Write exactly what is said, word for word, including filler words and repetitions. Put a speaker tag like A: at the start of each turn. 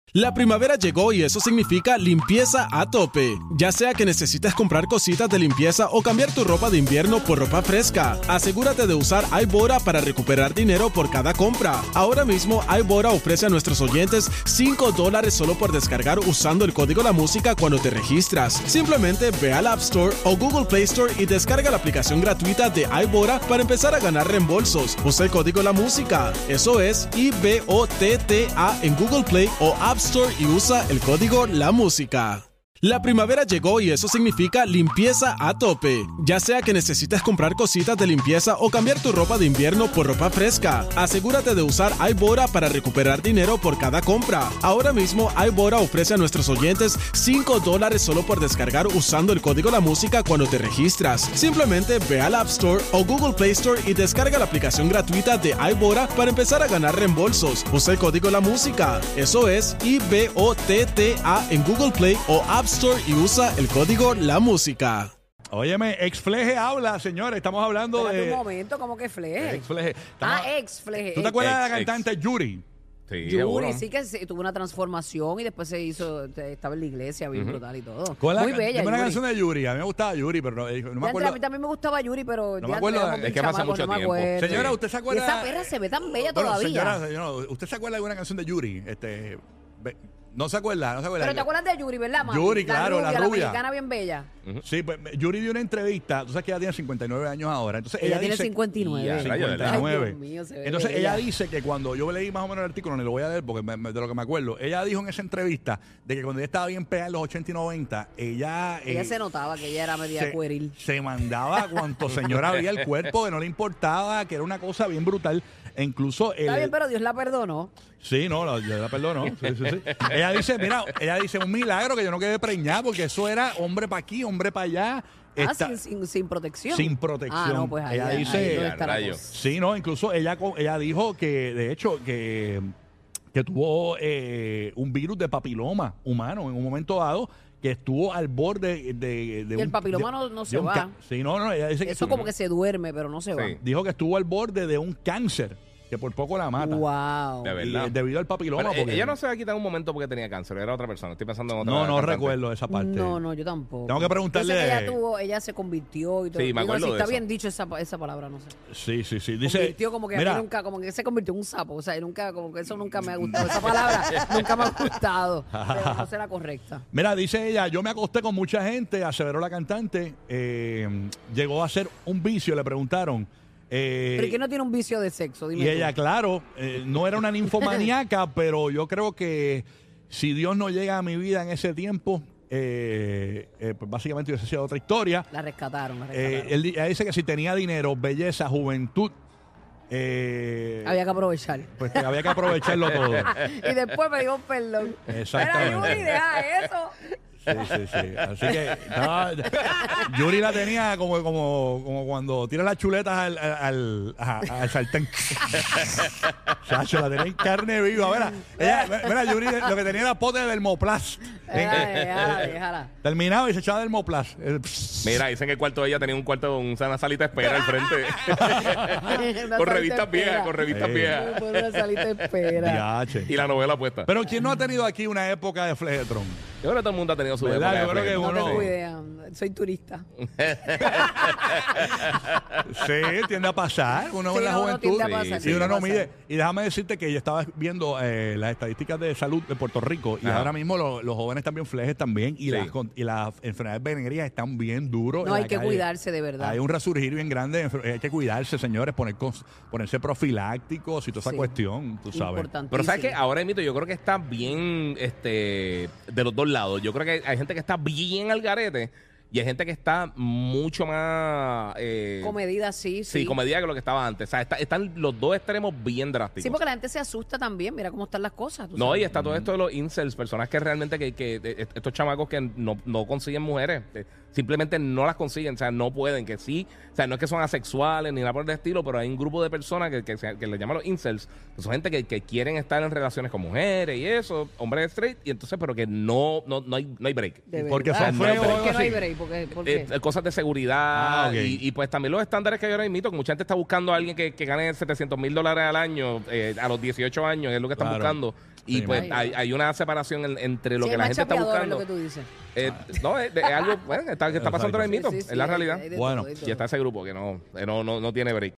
A: La primavera llegó y eso significa limpieza a tope. Ya sea que necesites comprar cositas de limpieza o cambiar tu ropa de invierno por ropa fresca, asegúrate de usar iBora para recuperar dinero por cada compra. Ahora mismo iBora ofrece a nuestros oyentes cinco dólares solo por descargar usando el código La Música cuando te registras. Simplemente ve al App Store o Google Play Store y descarga la aplicación gratuita de iBora para empezar a ganar reembolsos. Usa el código La Música. Eso es I B O T T A en Google Play o App Store y usa el código La Música. La primavera llegó y eso significa limpieza a tope. Ya sea que necesites comprar cositas de limpieza o cambiar tu ropa de invierno por ropa fresca, asegúrate de usar iBora para recuperar dinero por cada compra. Ahora mismo iBora ofrece a nuestros oyentes cinco dólares solo por descargar usando el código La Música cuando te registras. Simplemente ve al App Store o Google Play Store y descarga la aplicación gratuita de iBora para empezar a ganar reembolsos. Usa el código La Música. Eso es I B O T T A en Google Play o App Store y usa el código La Música.
B: Óyeme, Exfleje habla, señores. Estamos hablando
C: Espérate
B: de...
C: un momento, ¿cómo que Fleje?
B: Exfleje.
C: Ah, Exfleje.
B: ¿Tú te acuerdas
D: Ex,
B: de la cantante
D: ex.
B: Yuri?
D: Sí,
C: Yuri,
D: seguro.
C: sí que se- tuvo una transformación y después se hizo, te- estaba en la iglesia bien brutal y todo.
B: ¿Cuál es
C: Muy
B: la,
C: bella,
B: dime una
C: Yuri.
B: canción de Yuri. A mí me gustaba Yuri, pero no, eh, no me
C: Ya,
B: acuerdo.
C: A mí también me gustaba Yuri, pero
B: No me
C: ya
B: acuerdo
C: éramos
B: de-
C: muy
D: Es que pasa
C: chamacos,
D: mucho
C: no me
D: tiempo.
C: acuerdo.
B: Señora, ¿usted se
C: Y
B: acuerda?
C: esa perra se ve tan bella
B: Bueno,
C: todavía.
B: señora, señora, ¿usted se acuerda de una canción de Yuri? Este, ve- no se acuerda, no se acuerda.
C: Pero te acuerdas de Yuri, ¿verdad, mami?
B: Yuri, claro, la
C: la
B: rubia.
C: mexicana bien bella.
B: Sí, pues Yuri dio una entrevista. Tú sabes que ella tiene cincuenta y nueve años ahora. Entonces,
C: Ella,
B: ella,
C: tiene
B: dice,
C: cincuenta y nueve.
D: Ya, rayo, ¿verdad?
C: Ay,
B: cincuenta y nueve.
C: Dios mío, se ve
B: Entonces
C: bella.
B: ella dice que cuando yo leí más o menos el artículo, no lo voy a leer porque me- me- de lo que me acuerdo, ella dijo en esa entrevista de que cuando ella estaba bien pegada en los ochenta y noventa, ella...
C: Ella
B: eh,
C: se notaba que ella era media
B: se,
C: pueril.
B: se mandaba cuanto señora había el cuerpo, que no le importaba, que era una cosa bien brutal. E incluso el,
C: Está bien, pero Dios la perdonó.
B: Sí, no, la, yo la perdono. Sí, sí, sí. Ella dice, mira, ella dice, un milagro que yo no quedé preñada porque eso era hombre para aquí, hombre para allá.
C: Ah,
B: Esta-
C: sin, sin, sin protección.
B: Sin protección.
C: Ah, no, pues ahí,
B: Ella
C: ahí,
B: dice-
C: ahí no está la
D: Rayo.
C: cosa.
B: Sí, no, incluso ella, co- ella dijo que, de hecho, que, que tuvo eh, un virus de papiloma humano en un momento dado que estuvo al borde de... de
C: Y el
B: un-
C: papiloma
B: de-
C: no- no
B: de
C: se
B: un
C: va.
B: ca- Sí, no, no, ella dice que
C: Eso
B: estuvo-
C: como que se duerme, pero no se va.
D: Sí.
B: dijo que estuvo al borde de un cáncer, que por poco la mata.
C: Wow.
D: De
B: Y,
D: verdad.
B: eh, debido al papiloma.
D: Pero, eh,
B: porque-
D: ella no se va a quitar en un momento porque tenía cáncer, era otra persona. Estoy pensando en otra.
B: No, no
D: cantante.
B: recuerdo esa parte.
C: No, no, yo tampoco.
B: Tengo que preguntarle-
C: Yo sé que ella tuvo, ella se convirtió y todo.
D: Sí, me
C: Digo,
D: acuerdo
C: si
D: de
C: está
D: eso.
C: bien dicho esa, esa palabra, no sé.
B: Sí, sí, sí. Dice,
C: Convirtió como que a mí
B: mira,
C: nunca, como que se convirtió en un sapo. O sea, y nunca, como que eso nunca me ha gustado. Esa palabra nunca me ha gustado. Pero no será correcta.
B: mira, dice ella, yo me acosté con mucha gente, aseveró la cantante, eh, llegó a ser un vicio, le preguntaron. eh,
C: Pero ¿y qué no tiene un vicio de sexo? Dime
B: y
C: tú.
B: ella, claro, eh, no era una ninfomaníaca, pero yo creo que si Dios no llega a mi vida en ese tiempo, eh, eh, pues básicamente hubiese sido otra historia.
C: La rescataron, la
B: Eh,
C: rescataron.
B: él, di- ella dice que si tenía dinero, belleza, juventud, eh,
C: Había que aprovechar.
B: pues que había que aprovecharlo todo.
C: Y después me dijo perdón.
B: Exactamente.
C: Era Yuri, deja eso.
B: Sí, sí, sí. Así que estaba- Yuri la tenía como, como, como cuando tira las chuletas al, al, al, ajá, al sartén. Chacho, la tenía en carne viva. Mira, ella, mira, Yuri lo que tenía era pote de Dermoplast.
C: Déjala, déjala, déjala.
B: Terminaba y se echaba Dermoplast. Eh, pss.
D: Mira, dicen que el cuarto de ella tenía un cuarto, una salita de espera al frente.
C: Una
D: con
C: salita
D: revistas
C: de
D: viejas,
C: espera.
D: con revistas
B: Eh.
D: viejas.
C: Por una salita de espera.
B: Diache.
D: Y la novela puesta.
B: Pero ¿quién no ha tenido aquí una época de flejetrón?
D: Yo creo que todo el mundo ha tenido su
B: ¿Verdad?
D: época de
B: Yo creo que
D: fleje.
C: No
B: uno-
C: tengo idea. Soy turista.
B: Sí, tiende a pasar. Uno
C: Sí,
B: en la
C: no, no,
B: juventud.
C: tiende a
D: Sí,
C: pasar,
D: sí,
B: Y
C: tiende
B: uno
C: a
B: no
C: pasar.
B: mide. Y déjame decirte que yo estaba viendo eh, las estadísticas de salud de Puerto Rico y
D: Ajá.
B: ahora mismo lo- los jóvenes están bien flejes también y,
D: Sí.
B: las, con- y las enfermedades venéreas están bien duros.
C: No,
B: en
C: hay
B: la
C: que
B: calle.
C: cuidarse de verdad.
B: Hay un resurgir bien grande. de enfer- Hay que cuidarse, señores. Poner cos- ponerse profilácticos y toda esa
C: Sí.
B: cuestión, tú sabes.
C: Importantísimo.
D: Pero sabes que ahora mito, yo creo que está bien este de los dos lados. Yo creo que hay gente que está bien al garete y hay gente que está mucho más eh,
C: Comedida, sí, sí.
D: sí, comedida que lo que estaba antes. O sea, está- están los dos extremos bien drásticos.
C: Sí, porque la gente se asusta también. Mira cómo están las cosas. tú
D: No,
C: sabes.
D: y está todo esto de los incels, personas que realmente, que, que eh, estos chamacos que no, no consiguen mujeres, eh, simplemente no las consiguen, o sea, no pueden, que sí, o sea, no es que son asexuales ni nada por el estilo, pero hay un grupo de personas que, que, se- que le llaman los incels, que son gente que, que quieren estar en relaciones con mujeres y eso, hombres straight, y entonces, pero que no, no, no hay, no hay break.
C: De
B: Porque
C: verdad.
B: son
C: No,
B: feos
C: pero
B: o
C: es que
B: algo
C: no hay
B: así.
C: break. Porque, ¿por qué?
D: Eh, cosas de seguridad
B: Ah, ok.
D: y, y, pues también los estándares que hay ahora mismo, que mucha gente está buscando a alguien que, que gane setecientos mil dólares al año eh, a los dieciocho años, es lo que están
B: Claro.
D: buscando. Y
B: Sí,
D: pues
C: imagino.
D: hay, hay una separación en- entre lo
C: Sí,
D: que
C: es
D: la
C: más
D: gente está
C: chapeador, es
D: buscando.
C: lo que tú dices.
D: Eh, no, es, es algo bueno, está, que está pasando ahora mismo,
C: Sí, sí, sí,
D: es la
C: hay-
D: realidad.
C: hay de
B: Bueno,
C: todo, hay de
D: Y está
C: todo.
D: ese grupo que no, eh, no, no, no tiene break.